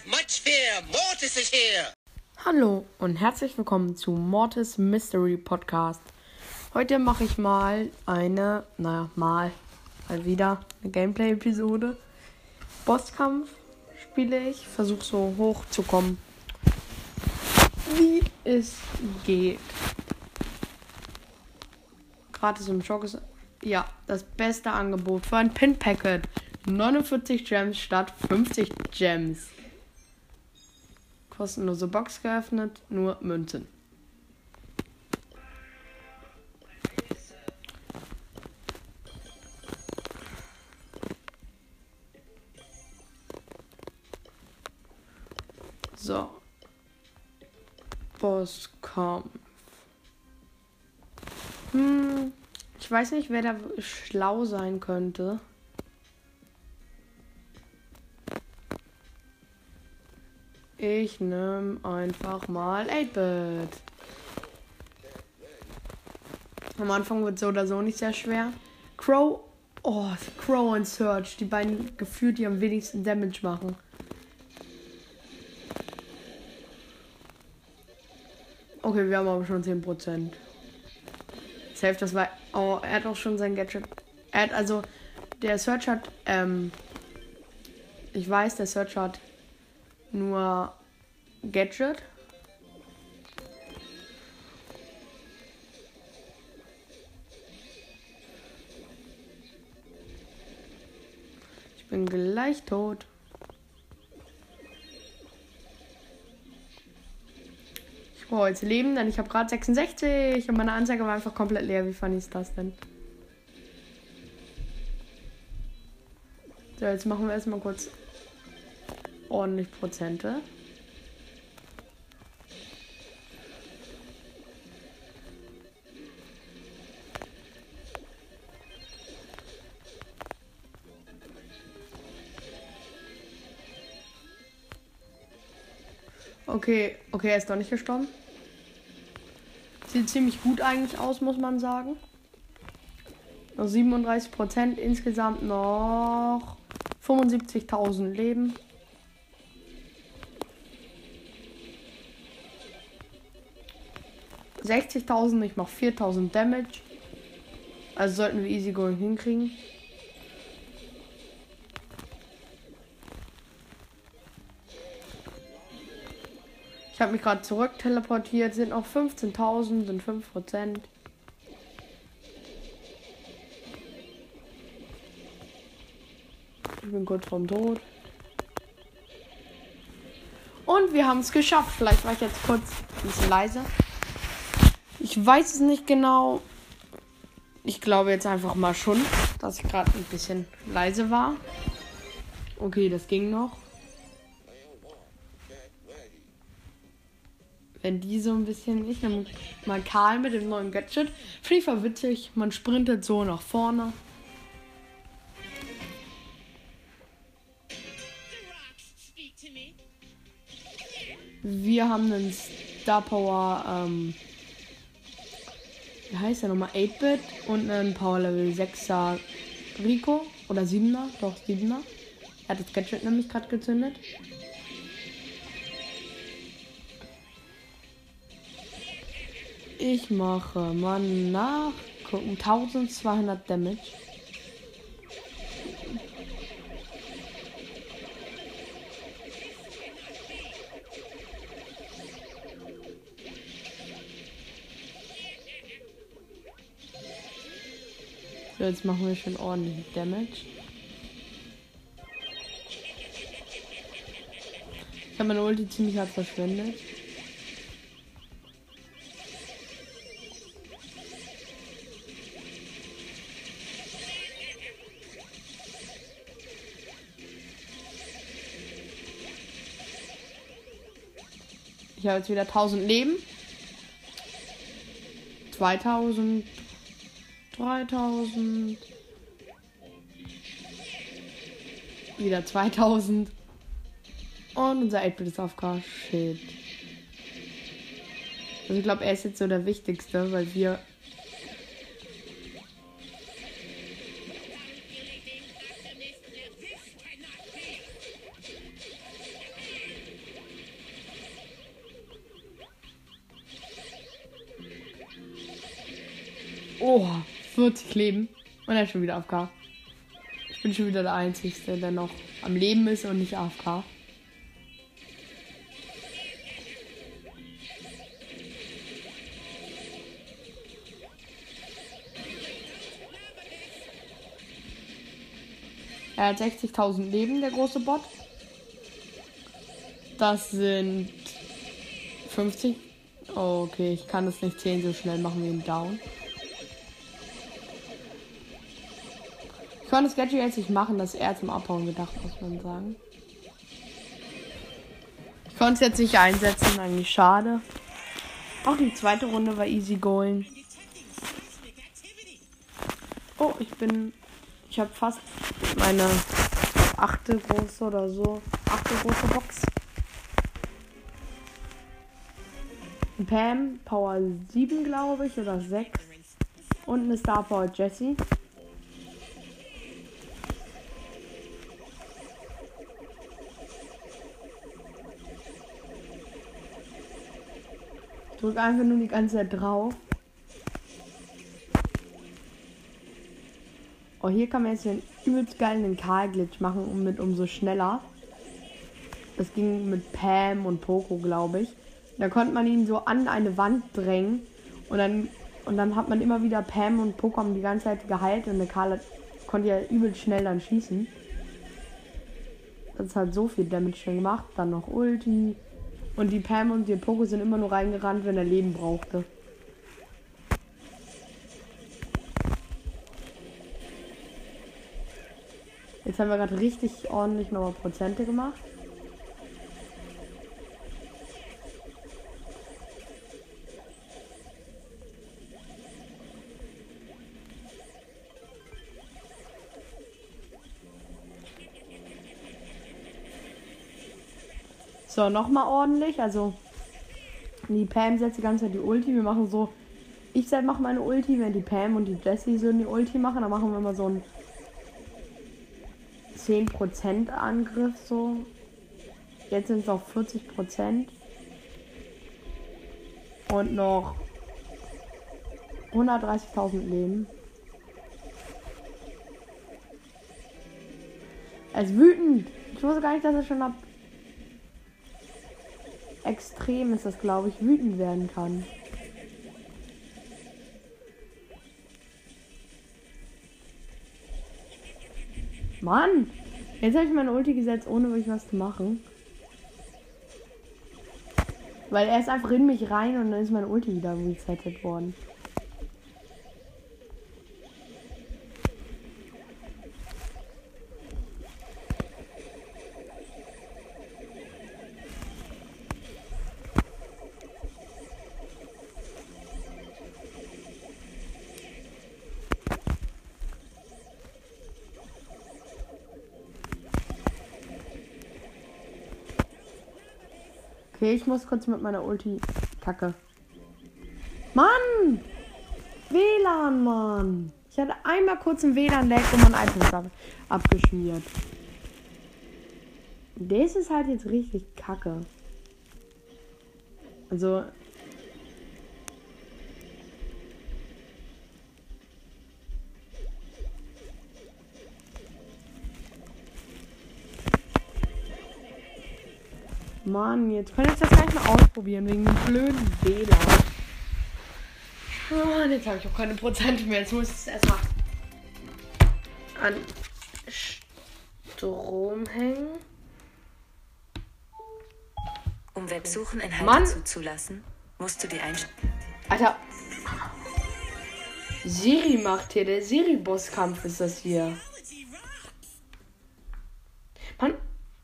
much fear. Mortis is here. Hallo und herzlich willkommen zu Mortis Mystery Podcast. Heute mache ich mal mal wieder eine Gameplay-Episode. Bosskampf spiele ich, versuche so hoch zu kommen, wie es geht. Gratis im Shop ist das beste Angebot für ein Pin-Packet. 49 Gems statt 50 Gems. Kostenlose Box geöffnet, nur Münzen. So. Bosskampf. Ich weiß nicht, wer da schlau sein könnte. Ich nehme einfach mal 8-Bit. Am Anfang wird so oder so nicht sehr schwer. Crow und Surge, die beiden gefühlt, die am wenigsten Damage machen. Okay, wir haben aber schon 10%. Safe, das war... Oh, er hat auch schon sein Gadget... der Surge hat... Ich weiß, der Surge hat nur Gadget. Ich bin gleich tot. Ich brauche jetzt Leben, denn ich habe gerade 66 und meine Anzeige war einfach komplett leer. Wie funny ist das denn? So, jetzt machen wir erstmal kurz ordentlich Prozente. Okay, er ist doch nicht gestorben. Sieht ziemlich gut eigentlich aus, muss man sagen. Noch 37%, insgesamt noch 75.000 Leben. $60.000, ich mache 4.000 Damage. Also sollten wir easy going hinkriegen. Ich habe mich gerade zurück teleportiert, sind noch 15.000, sind 5%. Ich bin kurz vorm Tod. Und wir haben es geschafft. Vielleicht war ich jetzt kurz ein bisschen leise. Ich weiß es nicht genau. Ich glaube jetzt einfach mal schon, dass ich gerade ein bisschen leise war. Okay, das ging noch. Wenn die so ein bisschen... Ich nehme mal Karl mit dem neuen Gadget. Finde ich witzig. Man sprintet so nach vorne. Wir haben einen Star Power, wie heißt der nochmal? 8-Bit und einen Power Level 6er Rico. Oder 7er, doch 7er. Er hat das Gadget nämlich gerade gezündet. Ich mache mal nachgucken. 1200 Damage. So, jetzt machen wir schon ordentlich Damage. Ich habe meine Ulti ziemlich hart verschwendet. Ich habe jetzt wieder 1000 Leben. 2000. 3000. Wieder 2000. Und unser 8-Bit ist auf K. Shit. Also ich glaube, er ist jetzt so der Wichtigste, weil wir... Oh, 40 Leben. Und er ist schon wieder AFK. Ich bin schon wieder der Einzige, der noch am Leben ist und nicht AFK. Er hat 60.000 Leben, der große Bot. Das sind 50. Oh, okay, ich kann das nicht zählen, so schnell machen wir ihn down. Ich konnte das Gadget jetzt nicht machen, das ist eher zum Abhauen gedacht, muss man sagen. Ich konnte es jetzt nicht einsetzen, eigentlich schade. Auch die zweite Runde war easy going. Oh, ich habe fast meine 8. große oder so. 8. große Box. Pam, Power 7, glaube ich, oder 6. Und eine Star Power Jessie. Ich drücke einfach nur die ganze Zeit drauf. Oh, hier kann man jetzt einen übelst geilen Karl-Glitch machen und mit umso schneller. Das ging mit Pam und Poco, glaube ich. Da konnte man ihn so an eine Wand drängen und dann hat man immer wieder Pam und Poco die ganze Zeit geheilt und der Karl konnte ja übelst schnell dann schießen. Das hat so viel Damage schon gemacht. Dann noch Ulti. Und die Pam und die Poco sind immer nur reingerannt, wenn er Leben brauchte. Jetzt haben wir gerade richtig ordentlich nochmal Prozente gemacht. So, nochmal ordentlich. Also, die Pam setzt die ganze Zeit die Ulti. Wir machen so, ich mache meine Ulti, wenn die Pam und die Jessie so die Ulti machen, dann machen wir mal so einen 10% Angriff so. Jetzt sind es auf 40%. Und noch 130.000 Leben. Er ist wütend. Ich wusste gar nicht, dass er schon ab extrem ist das, glaube ich, wütend werden kann. Mann! Jetzt habe ich meine Ulti gesetzt, ohne wirklich was zu machen. Weil er ist einfach in mich rein und dann ist meine Ulti wieder resettet worden. Okay, ich muss kurz mit meiner Ulti. Kacke. Mann! WLAN, Mann! Ich hatte einmal kurz einen WLAN-Lag und mein iPhone abgeschmiert. Das ist halt jetzt richtig kacke. Also. Mann, jetzt kann ich das gleich mal ausprobieren, wegen dem blöden WLAN. Oh, jetzt habe ich auch keine Prozente mehr. Jetzt muss ich es erstmal an Strom hängen. Um Websucheninhalte zuzulassen, musst du die Alter. Siri macht hier, der Siri-Bosskampf ist das hier. Mann.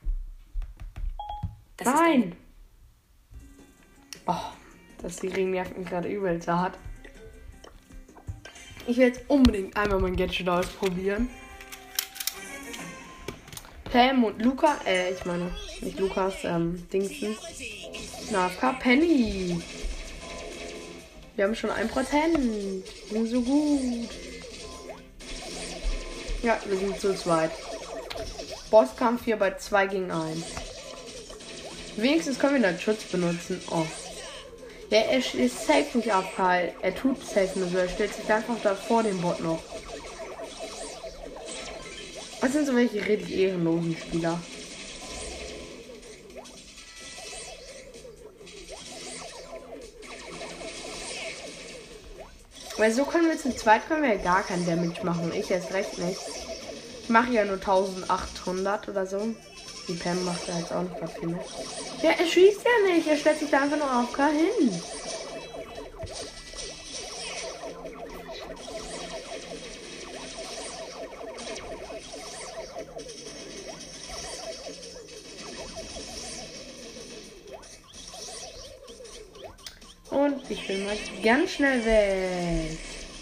Nein! Oh, das Siri merkt mich gerade übelst hart. Ich will jetzt unbedingt einmal mein Gadget ausprobieren. Pam und Luca, ich meine, nicht Lukas, Dingsen. AFK Penny. Wir haben schon 1%. So gut. Ja, wir sind zu zweit. Bosskampf hier bei 2 gegen 1. Wenigstens können wir den Schutz benutzen. Oh. Ja, er ist safe nicht AFK. Er tut safe nur so. Er stellt sich einfach da vor dem Bot noch. Was sind so welche richtig ehrenlosen Spieler? Weil so können wir zu zweit ja gar kein Damage machen. Ich erst recht nicht. Ich mache ja nur 1800 oder so. Die Pam macht ja jetzt auch nicht was viel mehr. Ja, er schießt ja nicht. Er stellt sich da einfach nur AFK hin. Und ich bin mal ganz schnell weg.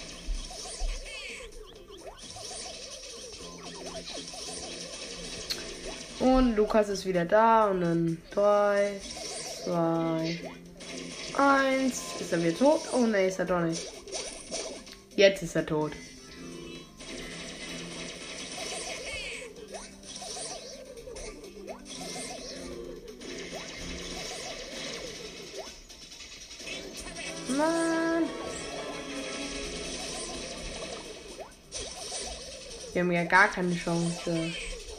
Und Lukas ist wieder da. Und dann 3, 2, 1. Ist er wieder tot? Oh ne, ist er doch nicht. Jetzt ist er tot. Mann. Wir haben ja gar keine Chance.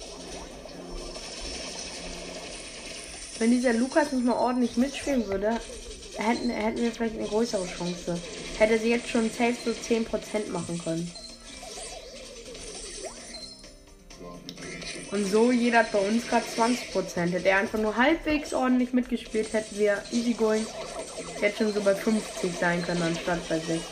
Wenn dieser Lukas nicht mal ordentlich mitspielen würde, hätten wir vielleicht eine größere Chance. Hätte sie jetzt schon safe so 10% machen können. Und so, jeder hat bei uns gerade 20%. Hätte er einfach nur halbwegs ordentlich mitgespielt, hätten wir easy going jetzt schon so bei 50 sein können, anstatt bei 60.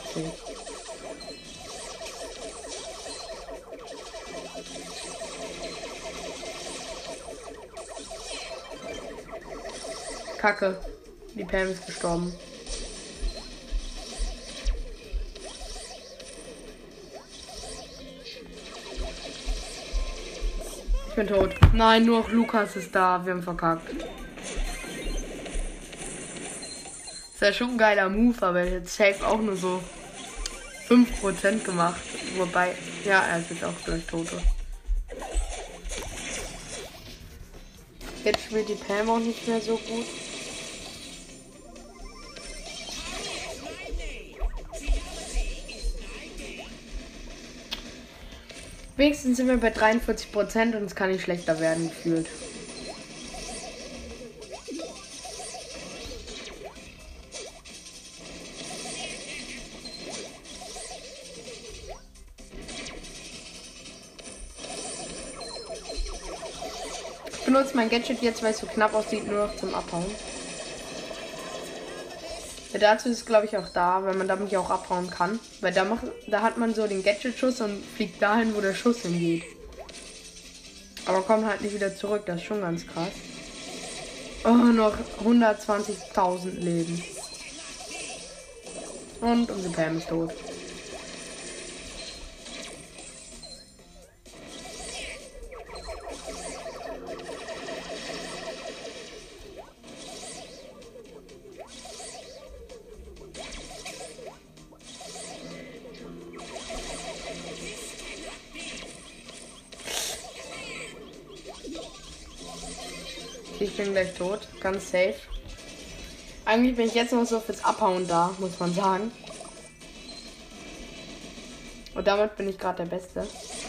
Kacke. Die Pam ist gestorben. Ich bin tot. Nein, nur noch Lukas ist da. Wir haben verkackt. Ist ja schon ein geiler Move, aber er hat safe auch nur so 5% gemacht. Wobei, ja, er ist jetzt auch gleich tot. Jetzt spielt die Pam auch nicht mehr so gut. Wenigstens sind wir bei 43% und es kann nicht schlechter werden gefühlt. Ich benutze mein Gadget jetzt, weil es so knapp aussieht, nur noch zum Abhauen. Ja, dazu ist es, glaube ich, auch da, weil man damit ja auch abhauen kann. Weil da hat man so den Gadget-Schuss und fliegt dahin, wo der Schuss hingeht. Aber kommt halt nicht wieder zurück, das ist schon ganz krass. Oh, noch 120.000 Leben. Und unsere Pam ist tot. Ich bin gleich tot, ganz safe. Eigentlich bin ich jetzt noch so fürs Abhauen da, muss man sagen. Und damit bin ich gerade der Beste.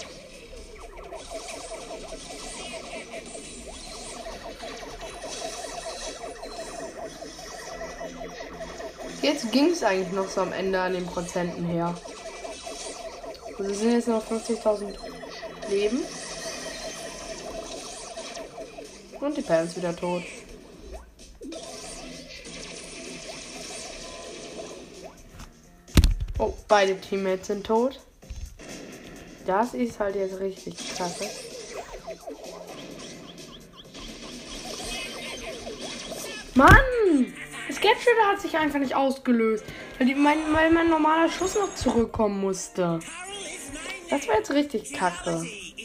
Jetzt ging es eigentlich noch so am Ende an den Prozenten her. Also sind jetzt noch 50.000 Leben. Und die Pam ist wieder tot. Oh, beide Teammates sind tot. Das ist halt jetzt richtig klasse. Mann! Das Gadget hat sich einfach nicht ausgelöst. Weil mein normaler Schuss noch zurückkommen musste. Das war jetzt richtig kacke.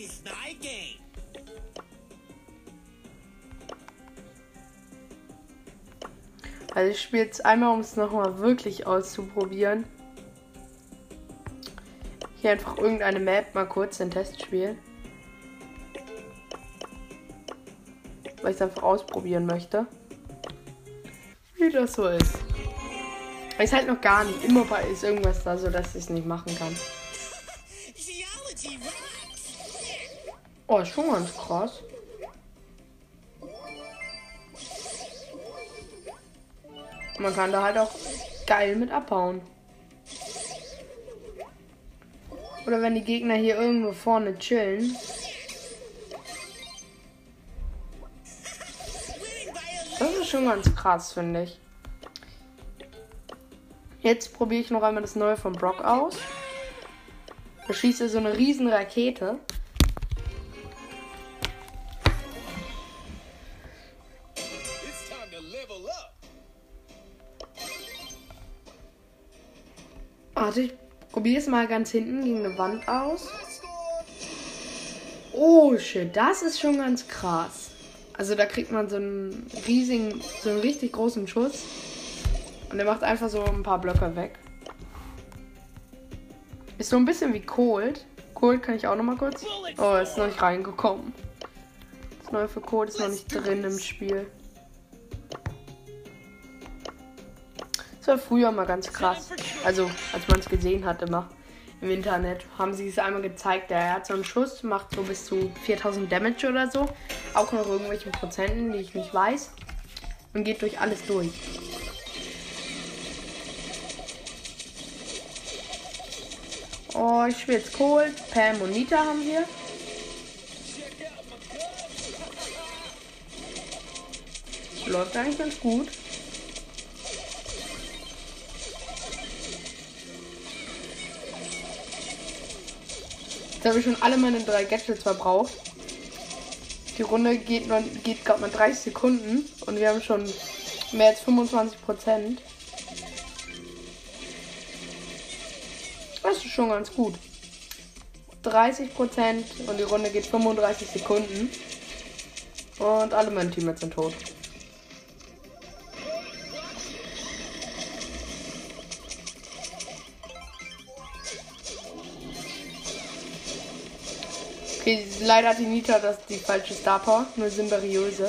Also ich spiele jetzt einmal, um es nochmal wirklich auszuprobieren. Hier einfach irgendeine Map mal kurz den Test spielen. Weil ich es einfach ausprobieren möchte. Wie das so ist. Ist halt noch gar nicht. Immer ist irgendwas da, so dass ich es nicht machen kann. Oh, ist schon ganz krass. Man kann da halt auch geil mit abhauen. Oder wenn die Gegner hier irgendwo vorne chillen. Das ist schon ganz krass, finde ich. Jetzt probiere ich noch einmal das neue von Brock aus. Da schießt er so eine riesen Rakete. Warte, ich probiere es mal ganz hinten gegen eine Wand aus. Oh shit, das ist schon ganz krass. Also da kriegt man so einen richtig großen Schuss. Und der macht einfach so ein paar Blöcke weg. Ist so ein bisschen wie Cold. Cold kann ich auch noch mal kurz. Oh, ist noch nicht reingekommen. Das neue für Cold ist noch nicht drin im Spiel. Das war früher mal ganz krass. Also, als man es gesehen hat immer im Internet, haben sie es einmal gezeigt. Der hat so einen Schuss, macht so bis zu 4000 Damage oder so. Auch noch irgendwelche Prozenten, die ich nicht weiß. Und geht durch alles durch. Oh, ich spiele jetzt Cold. Pam und Nita haben wir. Läuft eigentlich ganz gut. Jetzt habe ich schon alle meine 3 Gadgets verbraucht. Die Runde geht gerade mal 30 Sekunden und wir haben schon mehr als 25%. Das ist schon ganz gut. 30% und die Runde geht 35 Sekunden. Und alle meine Teammates sind tot. Okay, leider hat die Nita die falsche Star Power, nur Symberiose.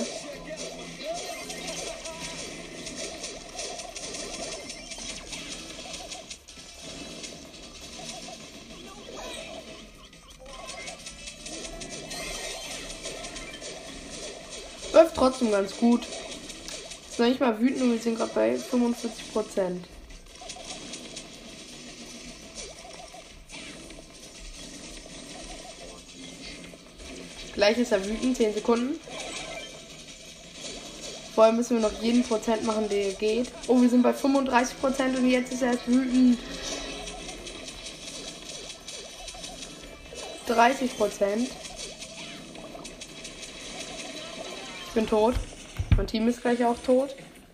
Läuft trotzdem ganz gut. Ist noch nicht mal wütend und wir sind gerade bei 45%. Gleich ist er wütend, 10 Sekunden. Vorher müssen wir noch jeden Prozent machen, der geht. Oh, wir sind bei 35% und jetzt ist er erst wütend. 30%. Ich bin tot. Mein Team ist gleich auch tot.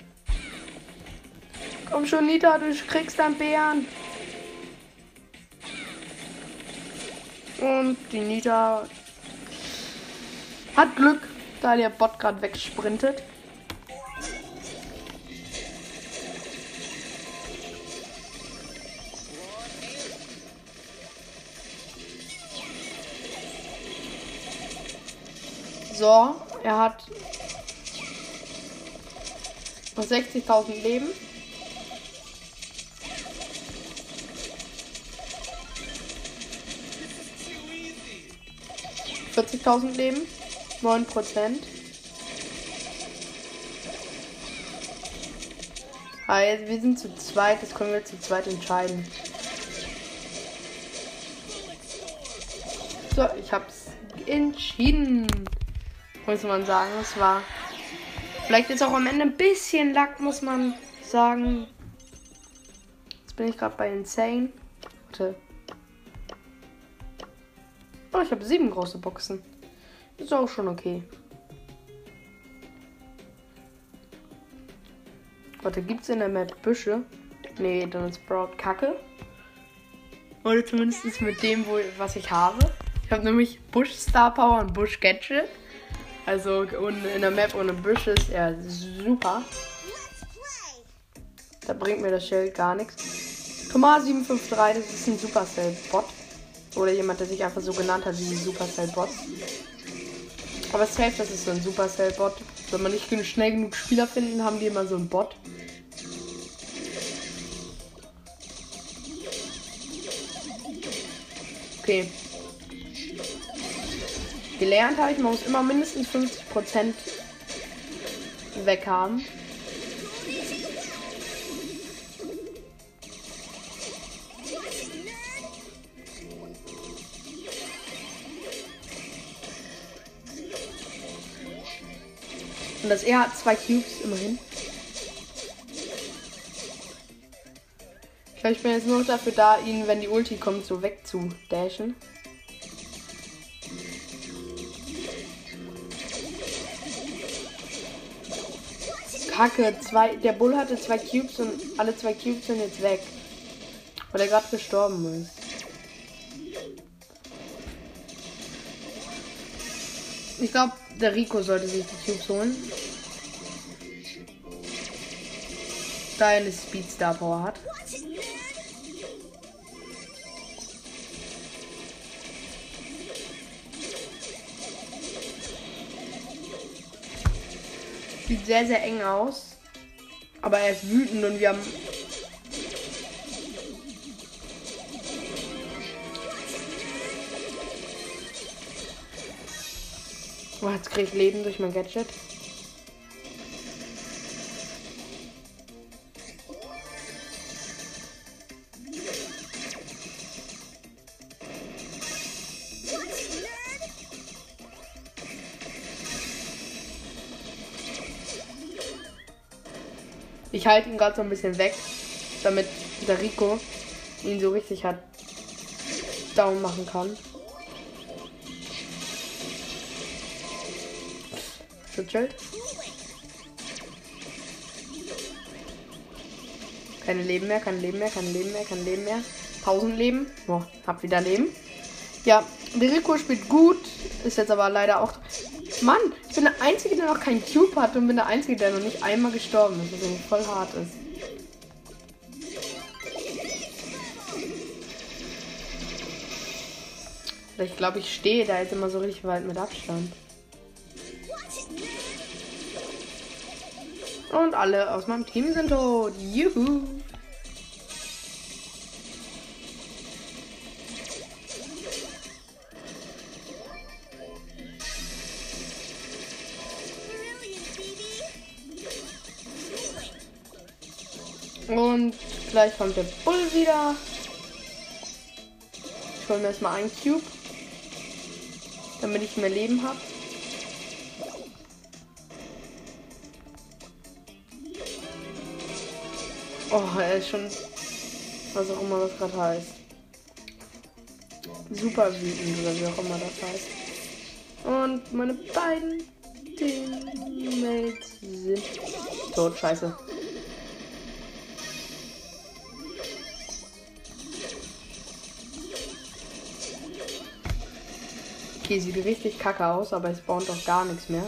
Komm schon, Nita, du kriegst einen Bären. Und die Nita hat Glück, da der Bot gerade wegsprintet. So, er hat noch 60.000 Leben. $40.000 Leben. 9%. Also wir sind zu zweit, das können wir zu zweit entscheiden. So, ich hab's entschieden. Muss man sagen, es war vielleicht jetzt auch am Ende ein bisschen Lack, muss man sagen. Jetzt bin ich gerade bei Insane. Warte. Oh, ich habe 7 große Boxen. Ist auch schon okay. Warte, gibt's in der Map Büsche? Nee, dann ist Sprout Kacke. Oder zumindest mit dem, was ich habe. Ich habe nämlich Busch Star Power und Busch Gadget. Also und in der Map ohne Büsche ist er super. Da bringt mir das Schild gar nichts. Thomas 753, das ist ein Supercell-Bot. Oder jemand, der sich einfach so genannt hat wie ein Supercell-Bot. Aber safe, das ist so ein Supercell-Bot. Wenn man nicht schnell genug Spieler finden, haben die immer so einen Bot. Okay. Gelernt habe ich, man muss immer mindestens 50% weg haben. Und das er hat 2 Cubes immerhin. Ich glaube, ich bin jetzt nur dafür da, ihn, wenn die Ulti kommt, so wegzudashen. Kacke, der Bull hatte 2 Cubes und alle 2 Cubes sind jetzt weg. Weil er gerade gestorben ist. Ich glaube, der Rico sollte sich die Cubes holen. Da er eine Speedstar Power hat. Sieht sehr, sehr eng aus. Aber er ist wütend und wir haben... Oh, jetzt krieg ich Leben durch mein Gadget. Ich halte ihn gerade so ein bisschen weg, damit der Rico ihn so richtig hat down machen kann. Schutzschild. Keine Leben mehr, kein Leben mehr, kein Leben mehr, kein Leben mehr. 1000 Leben. Boah, hab wieder Leben. Ja, der Rico spielt gut. Ist jetzt aber leider auch... Mann, ich bin der Einzige, der noch keinen Cube hat und bin der Einzige, der noch nicht einmal gestorben ist. Was irgendwie voll hart ist. Ich glaube, ich stehe da jetzt immer so richtig weit mit Abstand. Und alle aus meinem Team sind tot. Juhu. Und gleich kommt der Bull wieder. Ich hole mir erstmal einen Cube, damit ich mehr Leben habe. Oh, er ist schon, was auch immer das gerade heißt. Super wütend oder wie auch immer das heißt. Und meine beiden Teammates sind tot. Scheiße. Okay, sieht richtig kacke aus, aber es spawnt doch gar nichts mehr.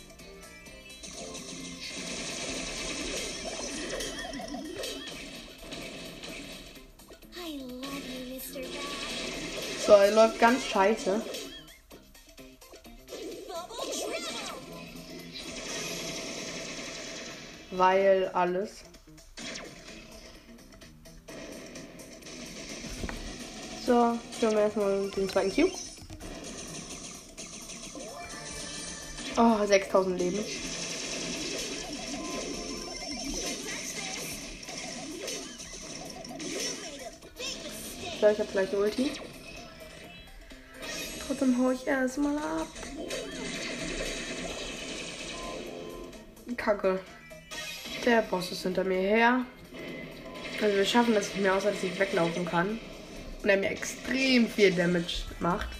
So, er läuft ganz scheiße. Weil alles. So, schauen wir erstmal den zweiten Cube. Oh, 6000 Leben. So, ich habe gleich eine Ulti. Trotzdem hau ich erstmal ab. Kacke. Der Boss ist hinter mir her. Also wir schaffen das nicht mehr, außer dass ich weglaufen kann. Und er mir extrem viel Damage macht.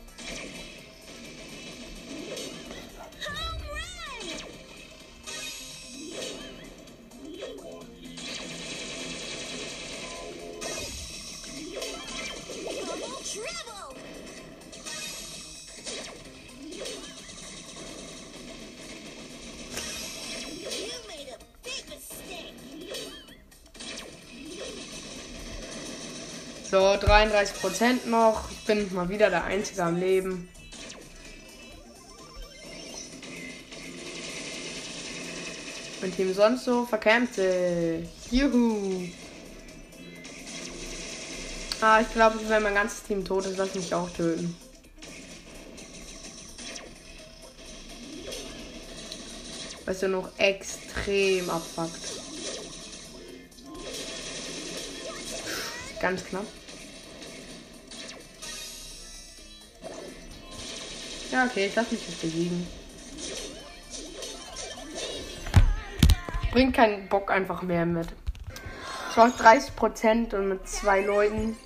So, 33% noch. Ich bin mal wieder der Einzige am Leben. Mein Team sonst so verkämpft sich. Juhu. Ich glaube, wenn mein ganzes Team tot ist, lass mich auch töten. Was ja noch extrem abfuckt. Ganz knapp. Ja, okay, ich lass mich jetzt besiegen. Bringt keinen Bock einfach mehr mit. Ich war 30% und mit 2 Leuten,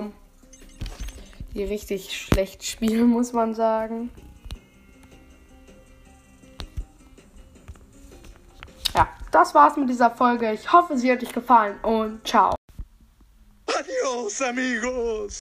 die richtig schlecht spielen, muss man sagen. Ja, das war's mit dieser Folge. Ich hoffe, sie hat euch gefallen und ciao. Adios, amigos.